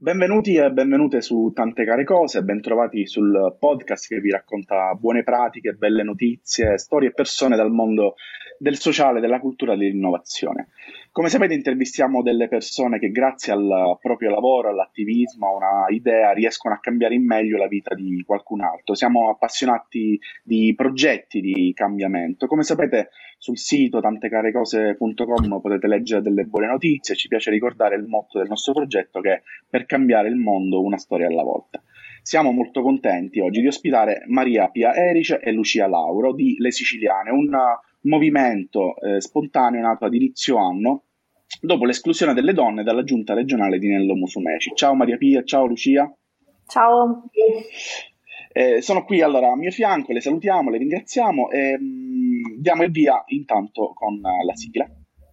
Benvenuti e benvenute su Tante Care Cose, bentrovati sul podcast che vi racconta buone pratiche, belle notizie, storie e persone dal mondo del sociale, della cultura e dell'innovazione. Come sapete intervistiamo delle persone che grazie al proprio lavoro, all'attivismo, a una idea riescono a cambiare in meglio la vita di qualcun altro. Siamo appassionati di progetti di cambiamento. Come sapete sul sito tantecarecose.com potete leggere delle buone notizie. Ci piace ricordare il motto del nostro progetto che è per cambiare il mondo una storia alla volta. Siamo molto contenti oggi di ospitare Maria Pia Erice e Lucia Lauro di Le Siciliane, un movimento spontaneo nato ad inizio anno dopo l'esclusione delle donne dalla giunta regionale di Nello Musumeci. Ciao Maria Pia, ciao Lucia. Ciao. Sono qui allora a mio fianco, le salutiamo, le ringraziamo e diamo il via intanto con la sigla.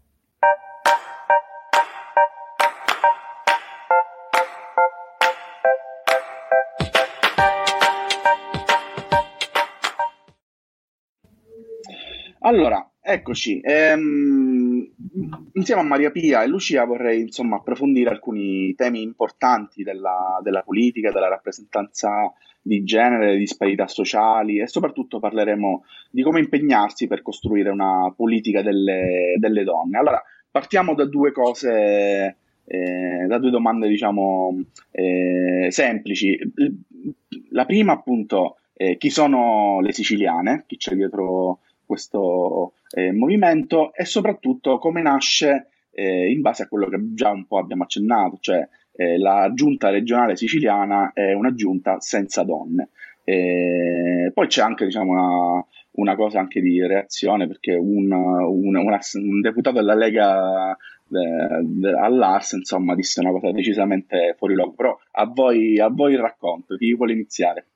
Allora, eccoci. Insieme a Maria Pia e Lucia vorrei insomma approfondire alcuni temi importanti della politica, della rappresentanza di genere, delle disparità sociali e soprattutto parleremo di come impegnarsi per costruire una politica delle donne. Allora, partiamo da due cose, da due domande diciamo semplici. La prima appunto, chi sono le siciliane? Chi c'è dietro questo movimento e soprattutto come nasce in base a quello che già un po' abbiamo accennato, cioè la giunta regionale siciliana è una giunta senza donne. Poi c'è anche diciamo una cosa anche di reazione perché un deputato della Lega all'Ars insomma disse una cosa decisamente fuori luogo, però a voi il racconto, chi vuole iniziare?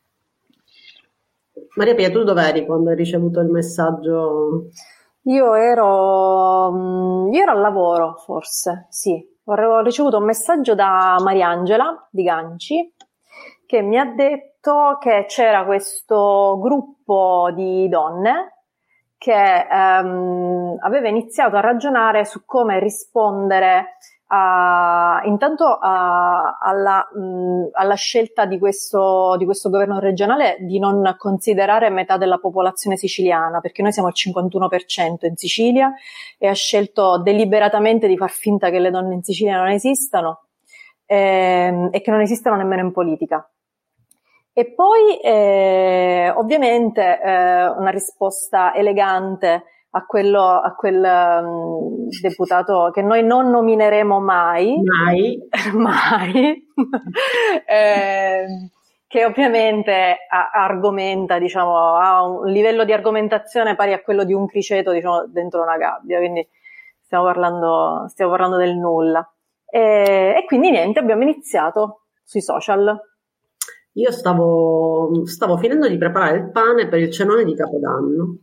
Maria Pia, tu dov'eri quando hai ricevuto il messaggio? Io ero al lavoro, forse, sì. Ho ricevuto un messaggio da Mariangela di Ganci che mi ha detto che c'era questo gruppo di donne che aveva iniziato a ragionare su come rispondere intanto alla scelta di questo governo regionale di non considerare metà della popolazione siciliana, perché noi siamo al 51% in Sicilia, e ha scelto deliberatamente di far finta che le donne in Sicilia non esistano e che non esistano nemmeno in politica. E poi ovviamente una risposta elegante a quel deputato che noi non nomineremo mai, che ovviamente argomenta, diciamo, ha un livello di argomentazione pari a quello di un criceto, diciamo, dentro una gabbia, quindi stiamo parlando del nulla. E quindi niente, abbiamo iniziato sui social. Io stavo finendo di preparare il pane per il cenone di Capodanno.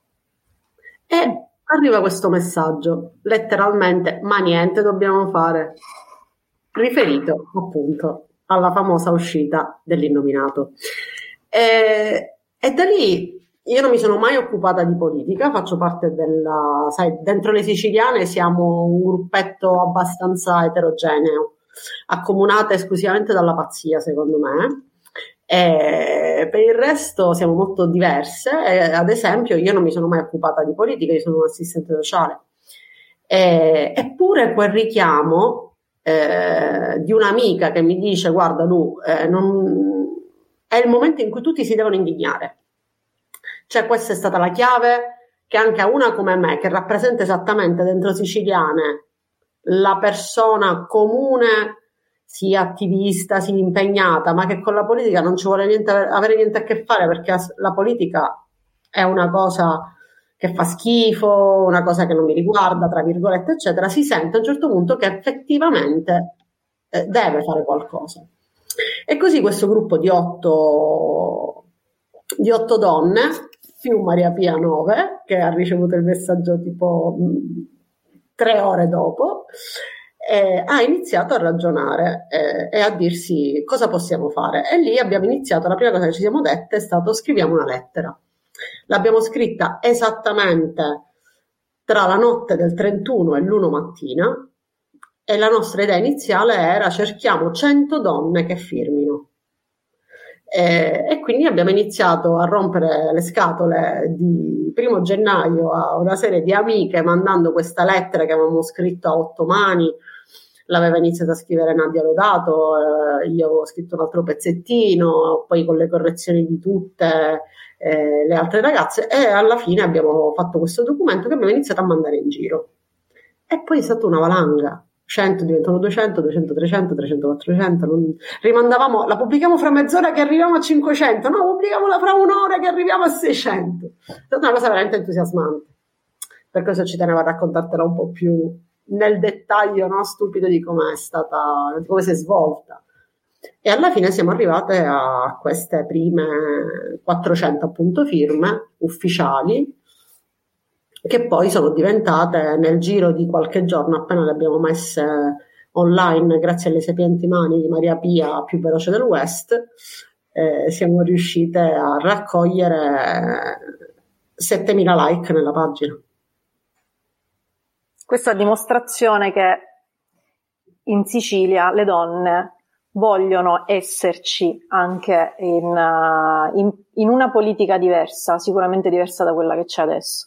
E arriva questo messaggio, letteralmente, ma niente dobbiamo fare, riferito appunto alla famosa uscita dell'innominato. E da lì io non mi sono mai occupata di politica, faccio parte dentro le siciliane siamo un gruppetto abbastanza eterogeneo, accomunate esclusivamente dalla pazzia, secondo me. Per il resto siamo molto diverse. Ad esempio io non mi sono mai occupata di politica, io sono un assistente sociale, eppure quel richiamo di un'amica che mi dice guarda Lu, è il momento in cui tutti si devono indignare, cioè questa è stata la chiave che anche a una come me, che rappresenta esattamente dentro Siciliane la persona comune, sia attivista, sia impegnata, ma che con la politica non ci vuole avere niente a che fare, perché la politica è una cosa che fa schifo, una cosa che non mi riguarda, tra virgolette, eccetera, si sente a un certo punto che effettivamente deve fare qualcosa. E così questo gruppo di otto donne, più Maria Pia 9, che ha ricevuto il messaggio tipo 3 ore dopo, ha iniziato a ragionare e a dirsi cosa possiamo fare. E lì abbiamo iniziato, la prima cosa che ci siamo dette è stato scriviamo una lettera. L'abbiamo scritta esattamente tra la notte del 31 e l'1 mattina, e la nostra idea iniziale era: cerchiamo 100 donne che firmino. E quindi abbiamo iniziato a rompere le scatole di 1 gennaio a una serie di amiche, mandando questa lettera che avevamo scritto a 8 mani. L'aveva iniziato a scrivere Nadia Lodato, io avevo scritto un altro pezzettino, poi con le correzioni di tutte le altre ragazze, e alla fine abbiamo fatto questo documento che abbiamo iniziato a mandare in giro. E poi è stata una valanga. 100 diventano 200, 200, 300, 300, 400. Rimandavamo, la pubblichiamo fra mezz'ora che arriviamo a 500, no, pubblichiamola fra un'ora che arriviamo a 600. È stata una cosa veramente entusiasmante. Per questo ci tenevo a raccontartela un po' più nel dettaglio, no, stupido, di come è stata, di come si è svolta. E alla fine siamo arrivate a queste prime 400 appunto firme ufficiali, che poi sono diventate, nel giro di qualche giorno, appena le abbiamo messe online, grazie alle sapienti mani di Maria Pia, più veloce del West, siamo riuscite a raccogliere 7.000 like nella pagina. Questa è dimostrazione che in Sicilia le donne vogliono esserci anche in una politica diversa, sicuramente diversa da quella che c'è adesso.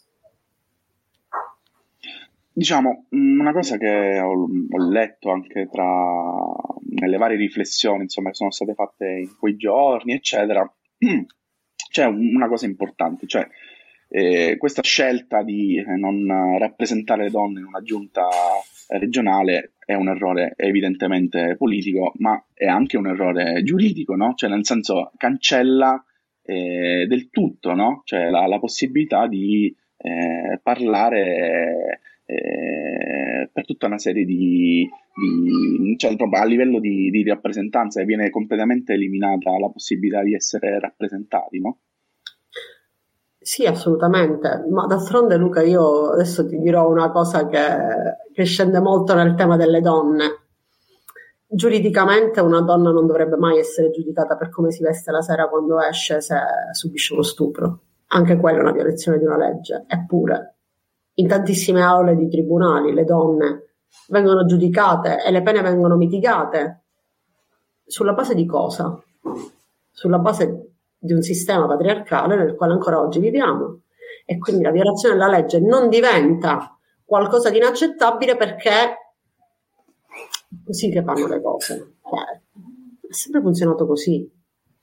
Diciamo, una cosa che ho letto anche nelle varie riflessioni, insomma, che sono state fatte in quei giorni, eccetera, c'è una cosa importante, cioè questa scelta di non rappresentare le donne in una giunta regionale è un errore evidentemente politico, ma è anche un errore giuridico, no? Cioè, nel senso, cancella del tutto, no? Cioè, la possibilità di parlare per tutta una serie cioè, proprio a livello di rappresentanza, viene completamente eliminata la possibilità di essere rappresentati, no? Sì, assolutamente, ma d'altronde, Luca, io adesso ti dirò una cosa che scende molto nel tema delle donne. Giuridicamente una donna non dovrebbe mai essere giudicata per come si veste la sera quando esce, se subisce uno stupro. Anche quella è una violazione di una legge. Eppure, in tantissime aule di tribunali le donne vengono giudicate e le pene vengono mitigate sulla base di cosa? Sulla base di un sistema patriarcale nel quale ancora oggi viviamo, e quindi la violazione della legge non diventa qualcosa di inaccettabile perché è così che fanno le cose. È sempre funzionato così.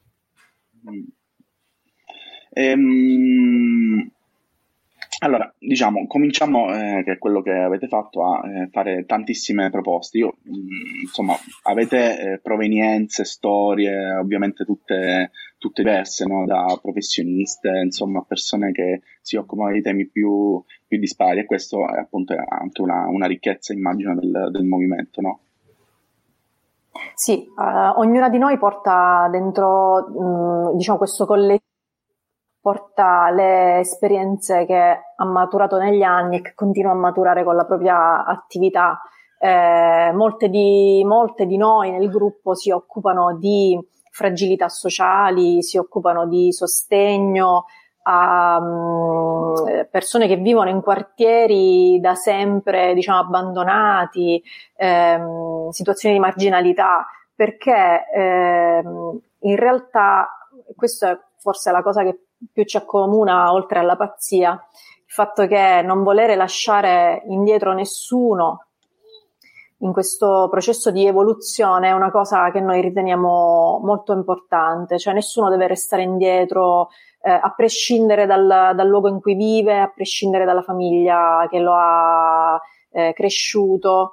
Allora, diciamo, cominciamo, che è quello che avete fatto, a fare tantissime proposte. Insomma, avete provenienze, storie, ovviamente tutte diverse, no? Da professioniste, insomma, persone che si occupano di temi più dispari, e questo è appunto anche una ricchezza, immagino, del movimento, no? Sì, ognuna di noi porta dentro, diciamo, questo collettivo, porta le esperienze che ha maturato negli anni e che continua a maturare con la propria attività. Molte di noi nel gruppo si occupano di fragilità sociali, si occupano di sostegno a persone che vivono in quartieri da sempre, diciamo, abbandonati, situazioni di marginalità, perché in realtà questo è forse la cosa che più ci accomuna, oltre alla pazzia, il fatto che non volere lasciare indietro nessuno in questo processo di evoluzione è una cosa che noi riteniamo molto importante, cioè nessuno deve restare indietro, a prescindere dal luogo in cui vive, a prescindere dalla famiglia che lo ha cresciuto.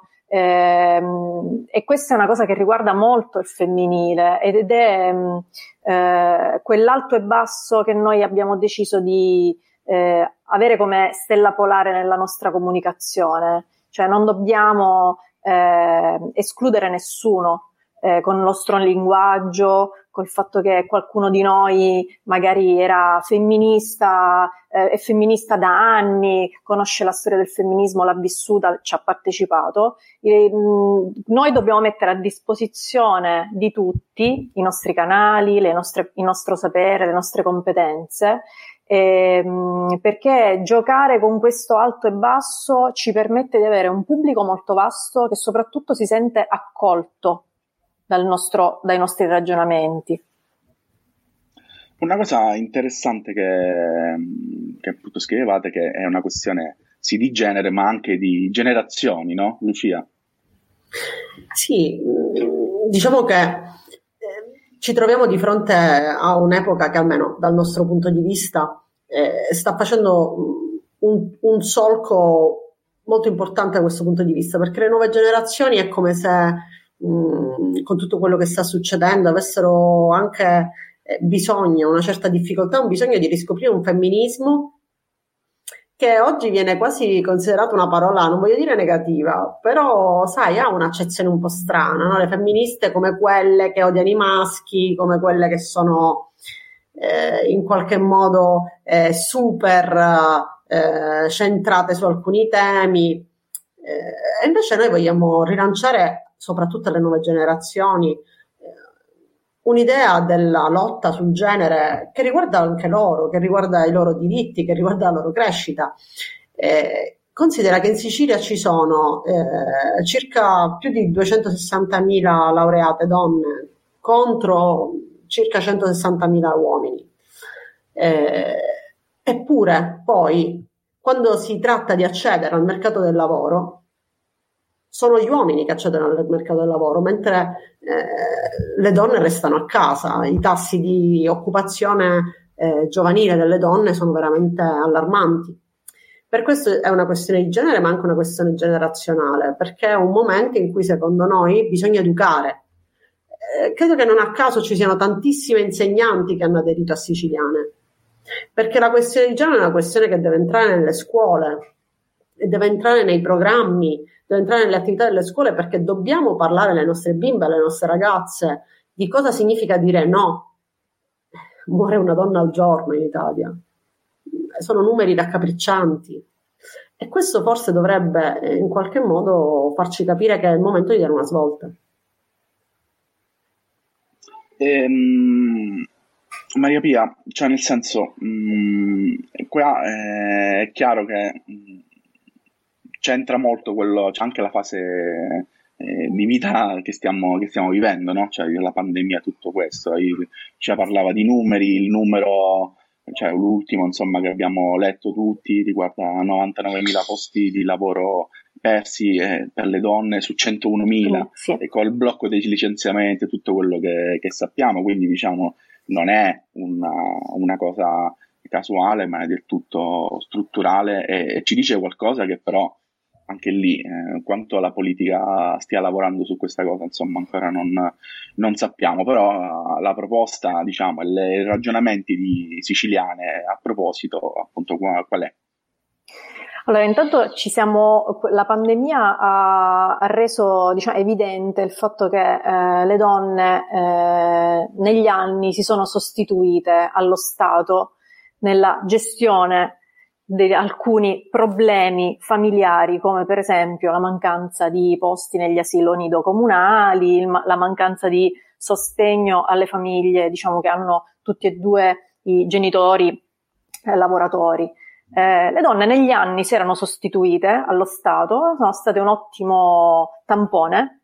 E questa è una cosa che riguarda molto il femminile ed è quell'alto e basso che noi abbiamo deciso di avere come stella polare nella nostra comunicazione, cioè non dobbiamo escludere nessuno con il nostro linguaggio, col fatto che qualcuno di noi magari era femminista, è femminista da anni, conosce la storia del femminismo, l'ha vissuta, ci ha partecipato. Noi dobbiamo mettere a disposizione di tutti i nostri canali, il nostro sapere, le nostre competenze, perché giocare con questo alto e basso ci permette di avere un pubblico molto vasto che soprattutto si sente accolto dai nostri ragionamenti. Una cosa interessante che appunto scrivevate, che è una questione sì di genere ma anche di generazioni, no, Lucia? Sì, diciamo che ci troviamo di fronte a un'epoca che almeno dal nostro punto di vista sta facendo un solco molto importante da questo punto di vista, perché le nuove generazioni è come se con tutto quello che sta succedendo avessero anche bisogno, una certa difficoltà, un bisogno di riscoprire un femminismo che oggi viene quasi considerato una parola, non voglio dire negativa, però sai, ha un'accezione un po' strana, no? Le femministe come quelle che odiano i maschi, come quelle che sono in qualche modo super centrate su alcuni temi, e invece noi vogliamo rilanciare soprattutto alle nuove generazioni un'idea della lotta sul genere che riguarda anche loro, che riguarda i loro diritti, che riguarda la loro crescita. Considera che in Sicilia ci sono circa più di 260.000 laureate donne contro circa 160.000 uomini. Eppure poi, quando si tratta di accedere al mercato del lavoro, sono gli uomini che accedono al mercato del lavoro, mentre le donne restano a casa. I tassi di occupazione giovanile delle donne sono veramente allarmanti. Per questo è una questione di genere, ma anche una questione generazionale, perché è un momento in cui secondo noi bisogna educare. Credo che non a caso ci siano tantissime insegnanti che hanno aderito a Siciliane, perché la questione di genere è una questione che deve entrare nelle scuole, deve entrare nei programmi, deve entrare nelle attività delle scuole, perché dobbiamo parlare alle nostre bimbe, alle nostre ragazze di cosa significa dire no. Muore una donna al giorno in Italia, sono numeri raccapriccianti, e questo forse dovrebbe in qualche modo farci capire che è il momento di dare una svolta. Maria Pia, cioè nel senso, qua è chiaro che c'entra molto quello, c'è anche la fase di vita che stiamo vivendo, no? Cioè la pandemia, tutto questo. Ci parlava di numeri, il numero, cioè l'ultimo insomma che abbiamo letto tutti riguarda 99.000 posti di lavoro persi per le donne su 101.000, sì. E col blocco dei licenziamenti, tutto quello che sappiamo, quindi diciamo non è una cosa casuale, ma è del tutto strutturale, e ci dice qualcosa che però anche lì quanto la politica stia lavorando su questa cosa insomma ancora non sappiamo, però la proposta, diciamo, i ragionamenti di Siciliane a proposito appunto qual è? Allora, intanto la pandemia ha reso, diciamo, evidente il fatto che le donne negli anni si sono sostituite allo Stato nella gestione di alcuni problemi familiari, come per esempio la mancanza di posti negli asili nido comunali, la mancanza di sostegno alle famiglie, diciamo, che hanno tutti e due i genitori lavoratori. Le donne negli anni si erano sostituite allo Stato, sono state un ottimo tampone.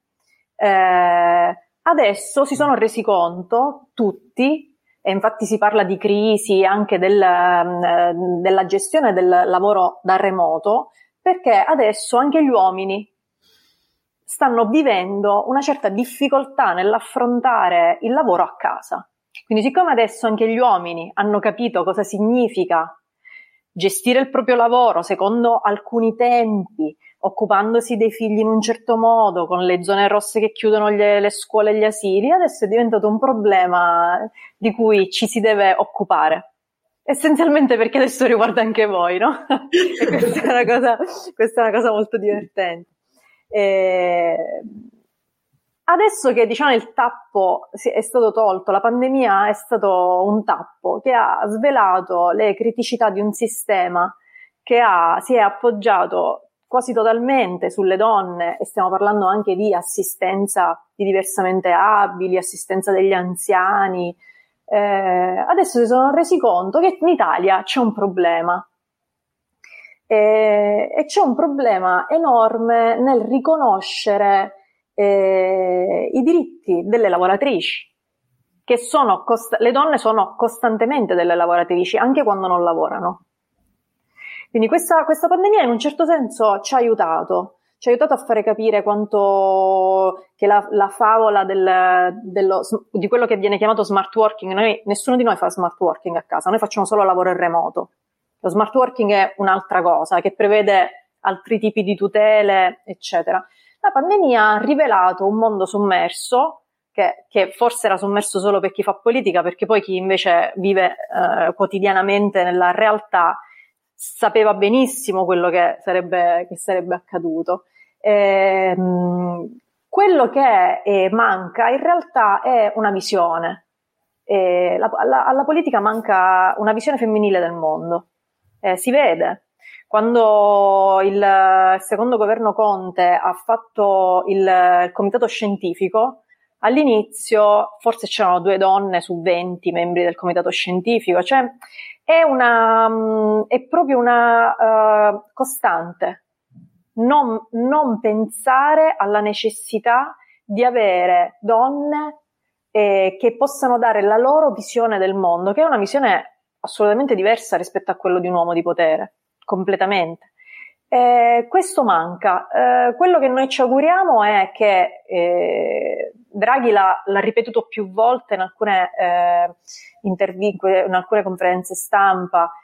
Adesso si sono resi conto tutti, e infatti si parla di crisi anche della gestione del lavoro da remoto, perché adesso anche gli uomini stanno vivendo una certa difficoltà nell'affrontare il lavoro a casa. Quindi siccome adesso anche gli uomini hanno capito cosa significa gestire il proprio lavoro secondo alcuni tempi, occupandosi dei figli in un certo modo, con le zone rosse che chiudono le scuole e gli asili, adesso è diventato un problema di cui ci si deve occupare. Essenzialmente perché adesso riguarda anche voi, no? E questa è una cosa molto divertente. Adesso che, diciamo, il tappo è stato tolto, la pandemia è stato un tappo che ha svelato le criticità di un sistema che si è appoggiato quasi totalmente sulle donne, e stiamo parlando anche di assistenza di diversamente abili, assistenza degli anziani, adesso si sono resi conto che in Italia c'è un problema. E c'è un problema enorme nel riconoscere i diritti delle lavoratrici, che le donne sono costantemente delle lavoratrici, anche quando non lavorano. Quindi questa pandemia in un certo senso ci ha aiutato a fare capire quanto che la favola di quello che viene chiamato smart working, nessuno di noi fa smart working a casa, noi facciamo solo lavoro in remoto. Lo smart working è un'altra cosa che prevede altri tipi di tutele, eccetera. La pandemia ha rivelato un mondo sommerso, che forse era sommerso solo per chi fa politica, perché poi chi invece vive quotidianamente nella realtà sapeva benissimo quello che sarebbe accaduto. Quello che manca in realtà è una visione. Alla politica manca una visione femminile del mondo. Si vede. Quando il secondo governo Conte ha fatto il comitato scientifico, all'inizio forse c'erano 2 donne su 20 membri del comitato scientifico, cioè è proprio una costante non pensare alla necessità di avere donne che possano dare la loro visione del mondo, che è una visione assolutamente diversa rispetto a quello di un uomo di potere, completamente. Questo manca. Quello che noi ci auguriamo è che Draghi l'ha ripetuto più volte in alcune in alcune conferenze stampa,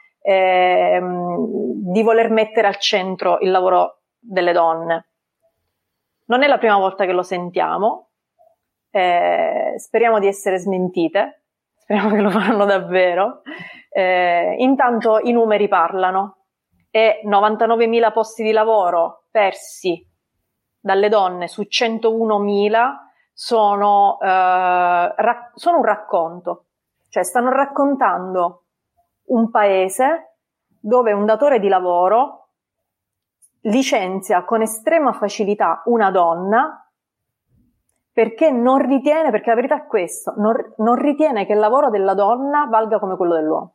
di voler mettere al centro il lavoro delle donne. Non è la prima volta che lo sentiamo, speriamo di essere smentite, speriamo che lo faranno davvero. Intanto i numeri parlano, e 99.000 posti di lavoro persi dalle donne su 101.000 sono un racconto, cioè stanno raccontando un paese dove un datore di lavoro licenzia con estrema facilità una donna perché la verità è questo, non ritiene che il lavoro della donna valga come quello dell'uomo.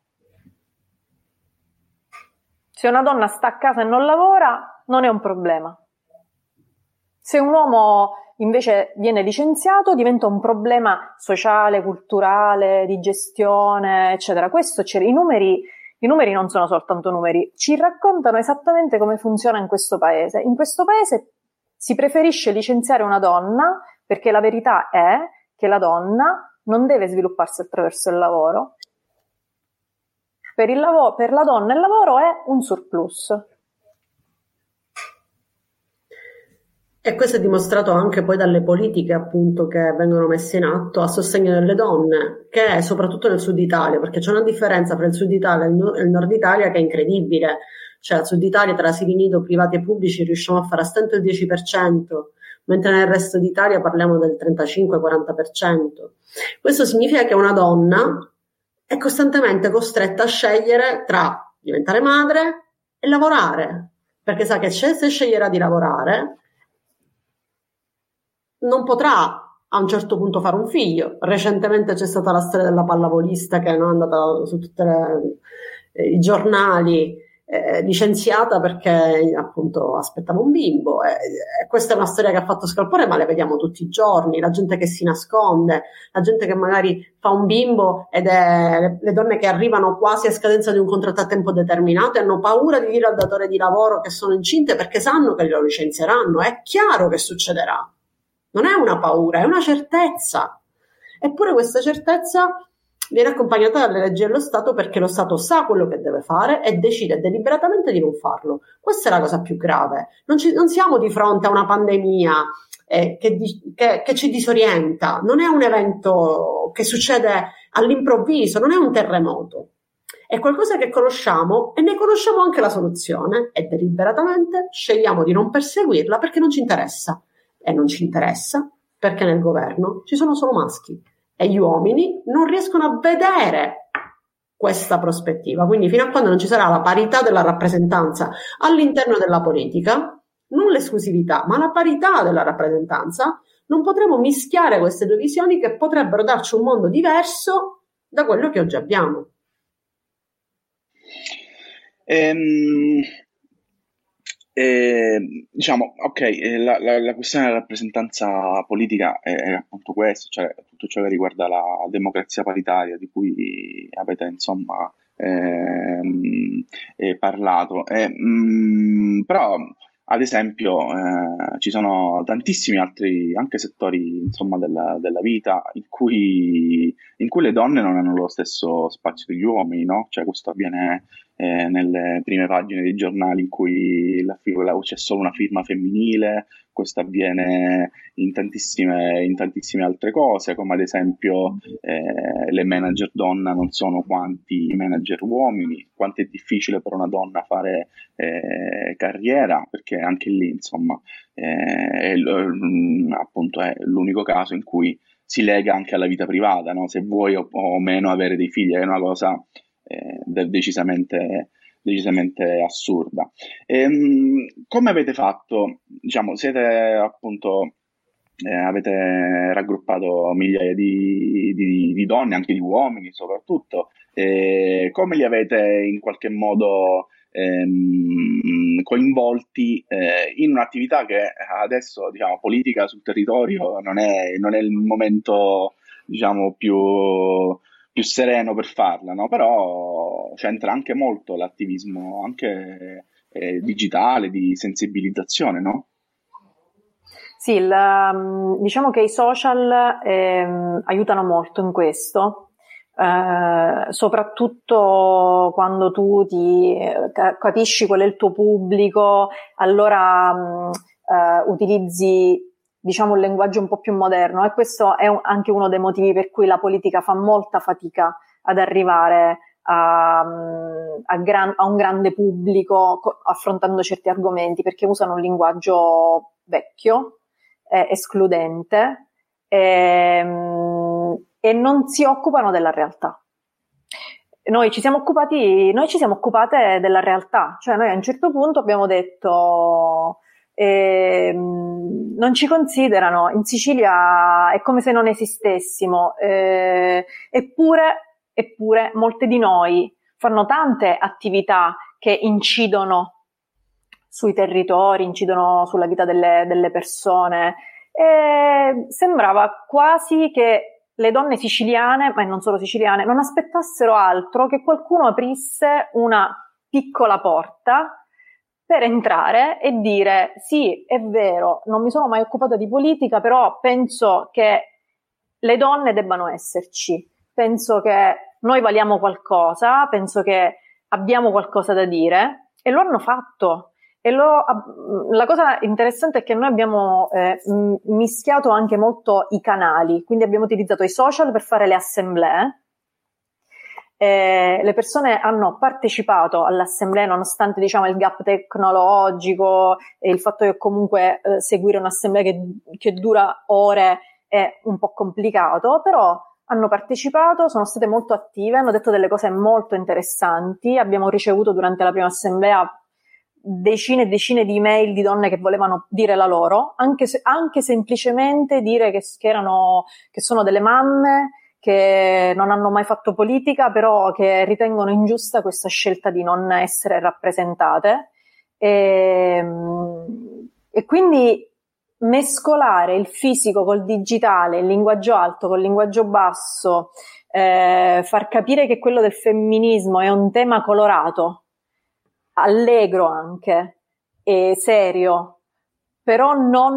Se una donna sta a casa e non lavora, non è un problema. Se un uomo invece viene licenziato, diventa un problema sociale, culturale, di gestione, eccetera. I numeri non sono soltanto numeri, ci raccontano esattamente come funziona in questo paese. In questo paese si preferisce licenziare una donna perché la verità è che la donna non deve svilupparsi attraverso il lavoro. Per la donna il lavoro è un surplus. E questo è dimostrato anche poi dalle politiche appunto che vengono messe in atto a sostegno delle donne, che è soprattutto nel sud Italia, perché c'è una differenza tra il sud Italia e il nord Italia che è incredibile. Cioè al sud Italia tra asili nido privati e pubblici riusciamo a fare a stento il 10%, mentre nel resto d'Italia parliamo del 35-40%. Questo significa che una donna è costantemente costretta a scegliere tra diventare madre e lavorare, perché sa che se sceglierà di lavorare non potrà a un certo punto fare un figlio. Recentemente c'è stata la storia della pallavolista che è andata su tutti i giornali, licenziata perché appunto aspettava un bimbo, e questa è una storia che ha fatto scalpore, ma le vediamo tutti i giorni, la gente che si nasconde, la gente che magari fa un bimbo ed è le donne che arrivano quasi a scadenza di un contratto a tempo determinato e hanno paura di dire al datore di lavoro che sono incinte perché sanno che lo licenzieranno. È chiaro che succederà, non è una paura, è una certezza. Eppure questa certezza viene accompagnata dalle leggi dello Stato, perché lo Stato sa quello che deve fare e decide deliberatamente di non farlo. Questa è la cosa più grave. Non siamo di fronte a una pandemia che ci disorienta, non è un evento che succede all'improvviso, non è un terremoto. È qualcosa che conosciamo e ne conosciamo anche la soluzione e deliberatamente scegliamo di non perseguirla perché non ci interessa. E non ci interessa perché nel governo ci sono solo maschi e gli uomini non riescono a vedere questa prospettiva. Quindi fino a quando non ci sarà la parità della rappresentanza all'interno della politica, non l'esclusività, ma la parità della rappresentanza, non potremo mischiare queste due visioni che potrebbero darci un mondo diverso da quello che oggi abbiamo. Diciamo, ok, la questione della rappresentanza politica è appunto questo, cioè tutto ciò che riguarda la democrazia paritaria di cui avete insomma parlato. Però, ad esempio, ci sono tantissimi altri anche settori insomma della vita in cui le donne non hanno lo stesso spazio degli uomini, no? Cioè questo avviene nelle prime pagine dei giornali in cui c'è solo una firma femminile, questo avviene in tantissime altre cose, come ad esempio le manager donna non sono quanti i manager uomini, quanto è difficile per una donna fare carriera, perché anche lì insomma appunto è l'unico caso in cui si lega anche alla vita privata, no? Se vuoi o meno avere dei figli, è una cosa decisamente assurda. Come avete fatto? Diciamo, siete appunto avete raggruppato migliaia di donne, anche di uomini soprattutto. Come li avete in qualche modo coinvolti in un'attività che adesso, diciamo, politica sul territorio non è il momento, diciamo, più sereno per farla, no? Però c'entra anche molto l'attivismo anche digitale, di sensibilizzazione, no? Sì, diciamo che i social aiutano molto in questo, soprattutto quando tu capisci qual è il tuo pubblico, allora utilizzi, diciamo, un linguaggio un po' più moderno, e questo è anche uno dei motivi per cui la politica fa molta fatica ad arrivare a un grande pubblico affrontando certi argomenti, perché usano un linguaggio vecchio, escludente, e non si occupano della realtà. Noi ci siamo occupate della realtà, cioè noi a un certo punto abbiamo detto non ci considerano, in Sicilia è come se non esistessimo, eppure molte di noi fanno tante attività che incidono sui territori, incidono sulla vita delle persone, e sembrava quasi che le donne siciliane, ma non solo siciliane, non aspettassero altro che qualcuno aprisse una piccola porta per entrare e dire: sì, è vero, non mi sono mai occupata di politica, però penso che le donne debbano esserci, penso che noi valiamo qualcosa, penso che abbiamo qualcosa da dire, e lo hanno fatto. E la cosa interessante è che noi abbiamo mischiato anche molto i canali, quindi abbiamo utilizzato i social per fare le assemblee. Le persone hanno partecipato alle assemblee nonostante, diciamo, il gap tecnologico e il fatto che comunque seguire un'assemblea che dura ore è un po' complicato, però hanno partecipato, sono state molto attive, hanno detto delle cose molto interessanti. Abbiamo ricevuto durante la prima assemblea decine e decine di email di donne che volevano dire la loro, anche semplicemente dire che sono delle mamme, che non hanno mai fatto politica, però che ritengono ingiusta questa scelta di non essere rappresentate. E quindi mescolare il fisico col digitale, il linguaggio alto col linguaggio basso, far capire che quello del femminismo è un tema colorato, allegro anche e serio, però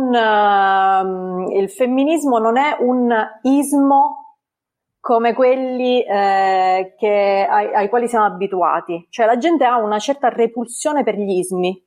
il femminismo non è un ismo come quelli ai quali siamo abituati, cioè la gente ha una certa repulsione per gli ismi,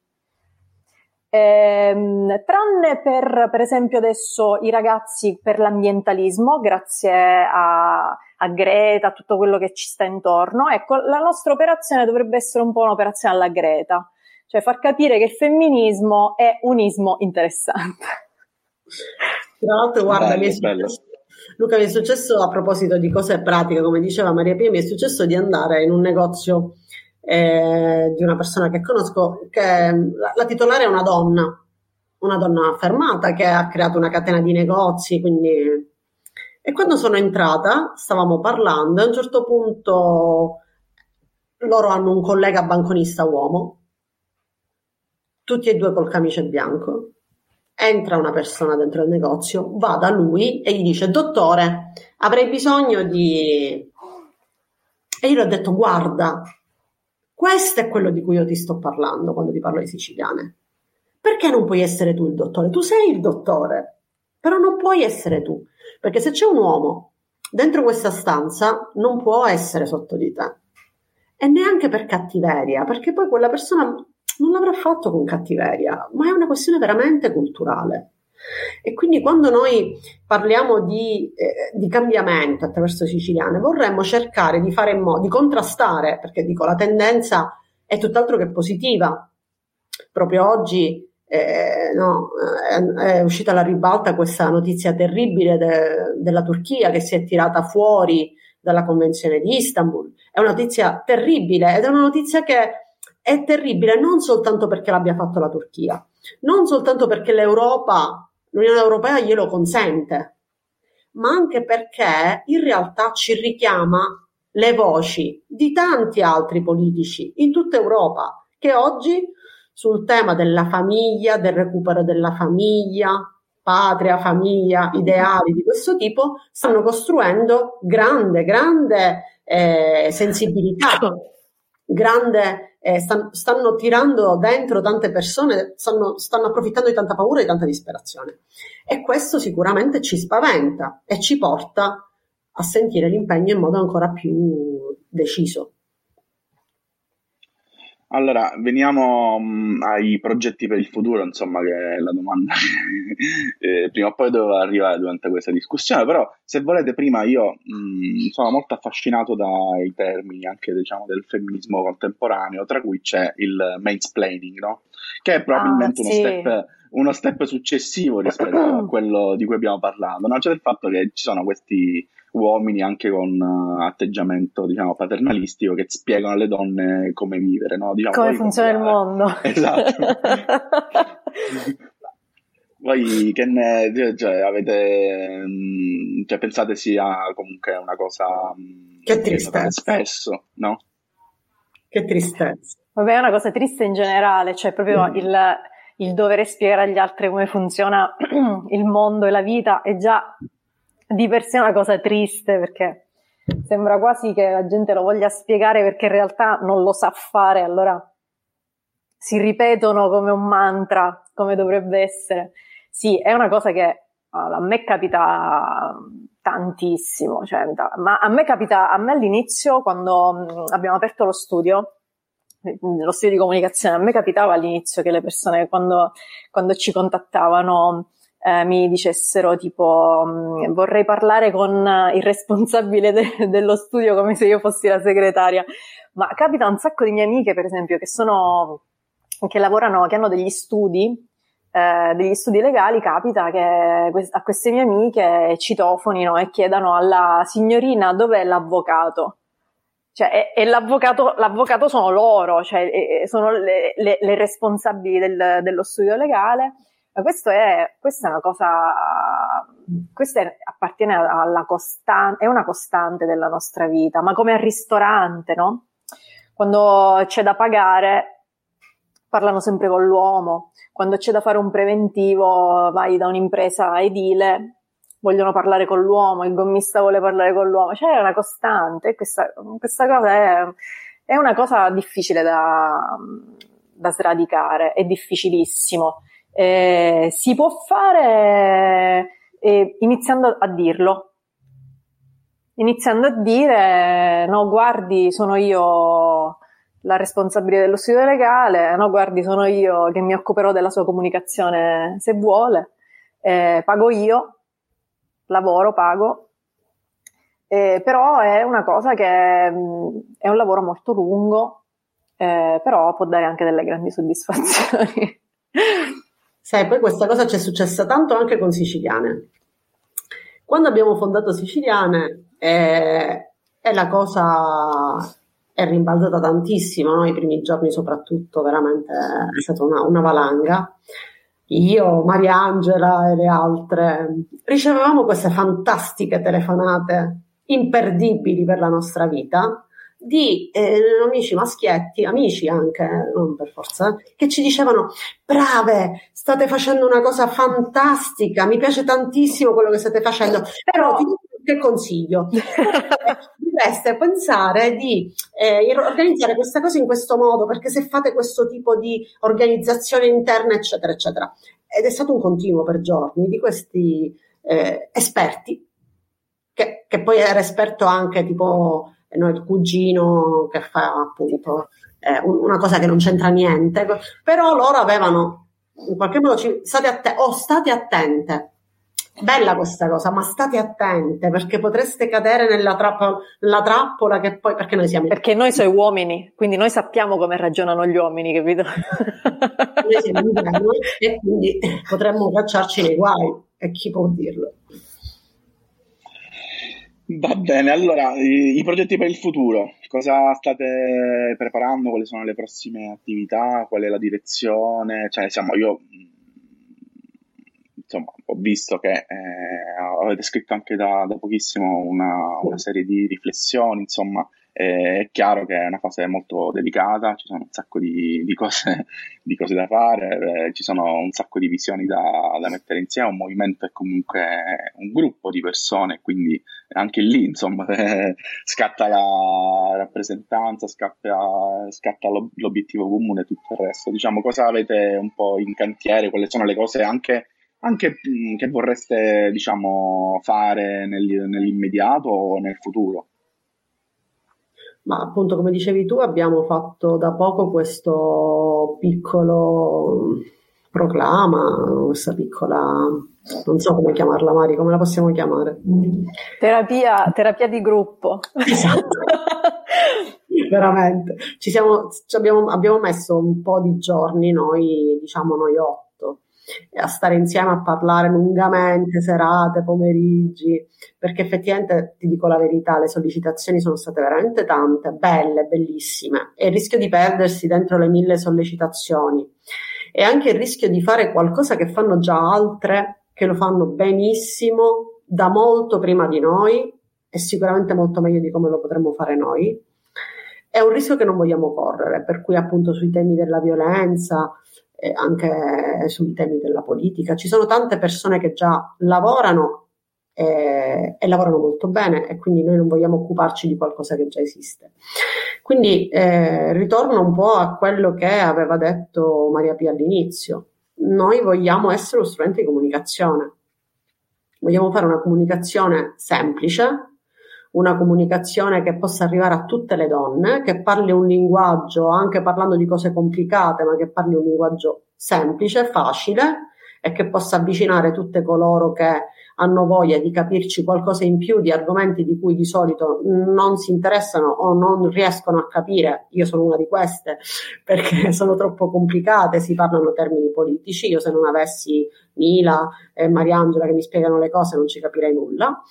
tranne per esempio adesso i ragazzi per l'ambientalismo, grazie a Greta, a tutto quello che ci sta intorno. Ecco, la nostra operazione dovrebbe essere un po' un'operazione alla Greta, cioè far capire che il femminismo è un ismo interessante. Tra l'altro, guarda, Luca, mi è successo, a proposito di cose pratiche, come diceva Maria Pia, mi è successo di andare in un negozio di una persona che conosco, che la titolare è una donna affermata che ha creato una catena di negozi, quindi... E quando sono entrata, stavamo parlando, e a un certo punto loro hanno un collega banconista uomo, tutti e due col camice bianco. Entra una persona dentro il negozio, va da lui e gli dice: dottore, avrei bisogno di... E io gli ho detto: guarda, questo è quello di cui io ti sto parlando quando ti parlo di siciliane. Perché non puoi essere tu il dottore? Tu sei il dottore, però non puoi essere tu, perché se c'è un uomo dentro questa stanza non può essere sotto di te, e neanche per cattiveria, perché poi quella persona non l'avrà fatto con cattiveria, ma è una questione veramente culturale. E quindi quando noi parliamo di cambiamento attraverso Siciliane, vorremmo cercare di fare in modo di contrastare, perché dico, la tendenza è tutt'altro che positiva. Proprio oggi è uscita alla ribalta questa notizia terribile della Turchia, che si è tirata fuori dalla Convenzione di Istanbul. È una notizia terribile, ed è una notizia che è terribile non soltanto perché l'abbia fatto la Turchia, non soltanto perché l'Unione Europea glielo consente, ma anche perché in realtà ci richiama le voci di tanti altri politici in tutta Europa, che oggi sul tema della famiglia, del recupero della famiglia, patria, famiglia, ideali di questo tipo, stanno costruendo grande sensibilità, stanno tirando dentro tante persone, stanno approfittando di tanta paura e di tanta disperazione. E questo sicuramente ci spaventa e ci porta a sentire l'impegno in modo ancora più deciso. Allora, veniamo ai progetti per il futuro, insomma, che è la domanda che prima o poi doveva arrivare durante questa discussione, però se volete prima io sono molto affascinato dai termini anche, diciamo, del femminismo contemporaneo, tra cui c'è il mansplaining, no? Che è probabilmente uno step successivo rispetto a quello di cui abbiamo parlato, no? Cioè il fatto che ci sono questi uomini anche con atteggiamento, diciamo, paternalistico, che spiegano alle donne come vivere, no? Diciamo, come funziona il mondo. Esatto. Voi che ne avete, cioè pensate sia comunque una cosa che tristezza spesso, no? Che tristezza. Vabbè, è una cosa triste in generale, cioè proprio il dover spiegare agli altri come funziona il mondo e la vita è già di per sé una cosa triste, perché sembra quasi che la gente lo voglia spiegare perché in realtà non lo sa fare, allora si ripetono come un mantra, come dovrebbe essere. Sì, è una cosa che a me capita tantissimo, cioè, ma a me all'inizio, quando abbiamo aperto lo studio di comunicazione, a me capitava all'inizio che le persone quando ci contattavano mi dicessero tipo vorrei parlare con il responsabile dello studio, come se io fossi la segretaria. Ma capita a un sacco di mie amiche, per esempio, che lavorano, che hanno degli studi legali. Capita che a queste mie amiche citofonino e chiedano alla signorina dov'è l'avvocato. Cioè, e l'avvocato sono loro, cioè sono le responsabili dello studio legale. Ma questa è una cosa, appartiene alla costante, è una costante della nostra vita, ma come al ristorante, no? Quando c'è da pagare, parlano sempre con l'uomo. Quando c'è da fare un preventivo, vai da un'impresa edile, vogliono parlare con l'uomo, il gommista vuole parlare con l'uomo, cioè è una costante. Questa cosa è una cosa difficile da sradicare, è difficilissimo. Si può fare iniziando a dirlo, iniziando a dire no, guardi, sono io la responsabile dello studio legale, no, guardi, sono io che mi occuperò della sua comunicazione se vuole, pago io, lavoro, pago, però è una cosa che è un lavoro molto lungo, però può dare anche delle grandi soddisfazioni. Sai, poi questa cosa ci è successa tanto anche con Siciliane. Quando abbiamo fondato Siciliane, la cosa è rimbalzata tantissimo, no? I primi giorni soprattutto, veramente è stata una valanga. io, Mariangela e le altre, ricevevamo queste fantastiche telefonate imperdibili per la nostra vita di amici maschietti, amici anche, non per forza, che ci dicevano: brave, state facendo una cosa fantastica, mi piace tantissimo quello che state facendo, però ti do che consiglio. Dovreste pensare di organizzare questa cosa in questo modo, perché se fate questo tipo di organizzazione interna, eccetera, eccetera. Ed è stato un continuo per giorni di questi esperti, che poi era esperto anche tipo il cugino che fa appunto una cosa che non c'entra niente, però loro avevano in qualche modo state attente. Bella questa cosa, ma state attente, perché potreste cadere nella trappola che poi, perché noi siamo uomini, quindi noi sappiamo come ragionano gli uomini, capito? Noi siamo uomini e quindi potremmo cacciarci nei guai, e chi può dirlo? Va bene, allora, i progetti per il futuro, cosa state preparando? Quali sono le prossime attività? Qual è la direzione? Cioè, io insomma, ho visto che avete scritto anche da pochissimo una serie di riflessioni, insomma, è chiaro che è una fase molto delicata, ci sono un sacco di cose da fare, ci sono un sacco di visioni da mettere insieme, un movimento è comunque un gruppo di persone, quindi anche lì, insomma, scatta la rappresentanza, scatta l'obiettivo comune e tutto il resto. Diciamo, cosa avete un po' in cantiere, quali sono le cose anche che vorreste, diciamo, fare nell'immediato o nel futuro? Ma appunto, come dicevi tu, abbiamo fatto da poco questo piccolo proclama, questa piccola, non so come chiamarla, Mari, come la possiamo chiamare? Terapia di gruppo. Esatto. Veramente. Abbiamo messo un po' di giorni noi 8, a stare insieme a parlare lungamente, serate, pomeriggi, perché effettivamente, ti dico la verità, le sollecitazioni sono state veramente tante, belle, bellissime, e il rischio di perdersi dentro le 1000 sollecitazioni e anche il rischio di fare qualcosa che fanno già altre, che lo fanno benissimo da molto prima di noi e sicuramente molto meglio di come lo potremmo fare noi. È un rischio che non vogliamo correre, per cui appunto sui temi della violenza, anche sui temi della politica, ci sono tante persone che già lavorano e lavorano molto bene, e quindi noi non vogliamo occuparci di qualcosa che già esiste. Quindi ritorno un po' a quello che aveva detto Maria Pia all'inizio: noi vogliamo essere uno strumento di comunicazione, vogliamo fare una comunicazione semplice, una comunicazione che possa arrivare a tutte le donne, che parli un linguaggio, anche parlando di cose complicate, ma che parli un linguaggio semplice, facile, e che possa avvicinare tutte coloro che hanno voglia di capirci qualcosa in più di argomenti di cui di solito non si interessano o non riescono a capire. Io sono una di queste, perché sono troppo complicate, si parlano termini politici, io se non avessi Mila e Mariangela che mi spiegano le cose non ci capirei nulla.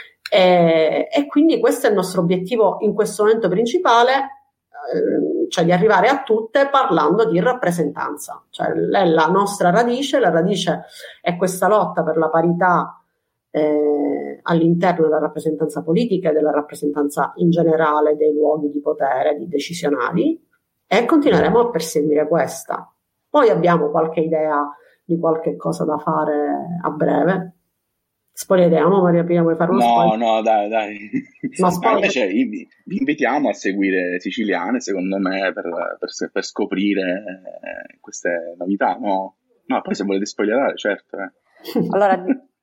E quindi questo è il nostro obiettivo in questo momento principale, cioè di arrivare a tutte parlando di rappresentanza, cioè la nostra radice, la radice è questa lotta per la parità all'interno della rappresentanza politica e della rappresentanza in generale dei luoghi di potere, di decisionali, e continueremo a perseguire questa. Poi abbiamo qualche idea di qualche cosa da fare a breve. Spoileriamo, Maria Pia, vuoi fare uno spoiler? No, dai. Ma invece vi invitiamo a seguire Siciliane, secondo me, per scoprire queste novità, no? No, poi se volete spoilerare, certo. Allora,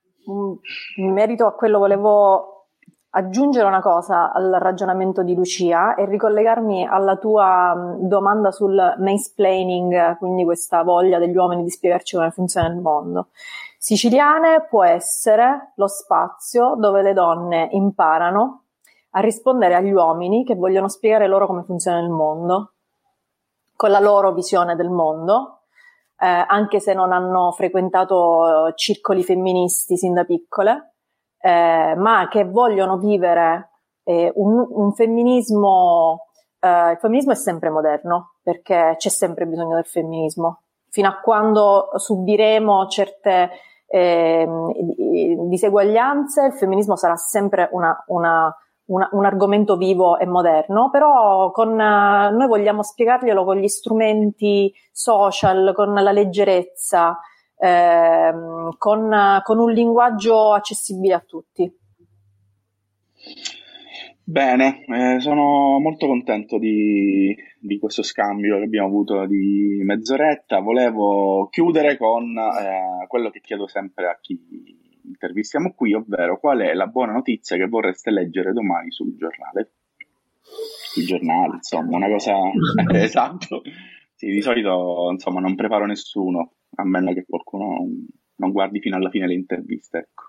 in merito a quello volevo aggiungere una cosa al ragionamento di Lucia e ricollegarmi alla tua domanda sul mansplaining, quindi questa voglia degli uomini di spiegarci come funziona il mondo. Siciliane può essere lo spazio dove le donne imparano a rispondere agli uomini che vogliono spiegare loro come funziona il mondo, con la loro visione del mondo, anche se non hanno frequentato circoli femministi sin da piccole, ma che vogliono vivere un femminismo. Il femminismo è sempre moderno, perché c'è sempre bisogno del femminismo. fino a quando subiremo certe diseguaglianze, il femminismo sarà sempre un argomento vivo e moderno, però noi vogliamo spiegarglielo con gli strumenti social, con la leggerezza, con un linguaggio accessibile a tutti. Bene, sono molto contento di questo scambio che abbiamo avuto di mezz'oretta. Volevo chiudere con quello che chiedo sempre a chi intervistiamo qui, ovvero qual è la buona notizia che vorreste leggere domani sul giornale? Sui giornali, insomma, una cosa... Esatto. Sì, di solito, insomma, non preparo nessuno, a meno che qualcuno non guardi fino alla fine le interviste, ecco.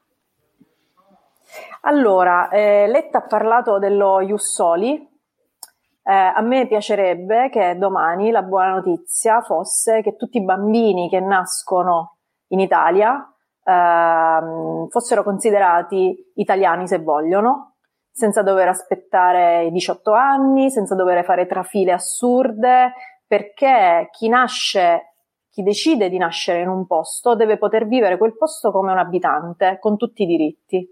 Allora, Letta ha parlato dello Ius Soli. A me piacerebbe che domani la buona notizia fosse che tutti i bambini che nascono in Italia fossero considerati italiani se vogliono, senza dover aspettare i 18 anni, senza dover fare trafile assurde, perché chi decide di nascere in un posto deve poter vivere quel posto come un abitante, con tutti i diritti.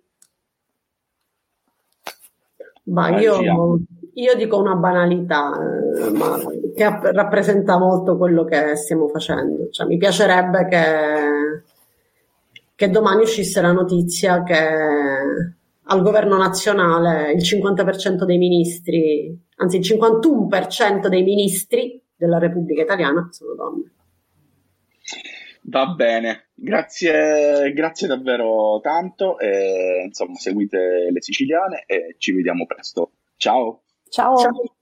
Ma io dico una banalità, ma che rappresenta molto quello che stiamo facendo. Cioè, mi piacerebbe che domani uscisse la notizia che al governo nazionale il 50% dei ministri, anzi il 51% dei ministri della Repubblica Italiana sono donne. Va bene, grazie davvero tanto, insomma seguite le siciliane e ci vediamo presto. Ciao! Ciao!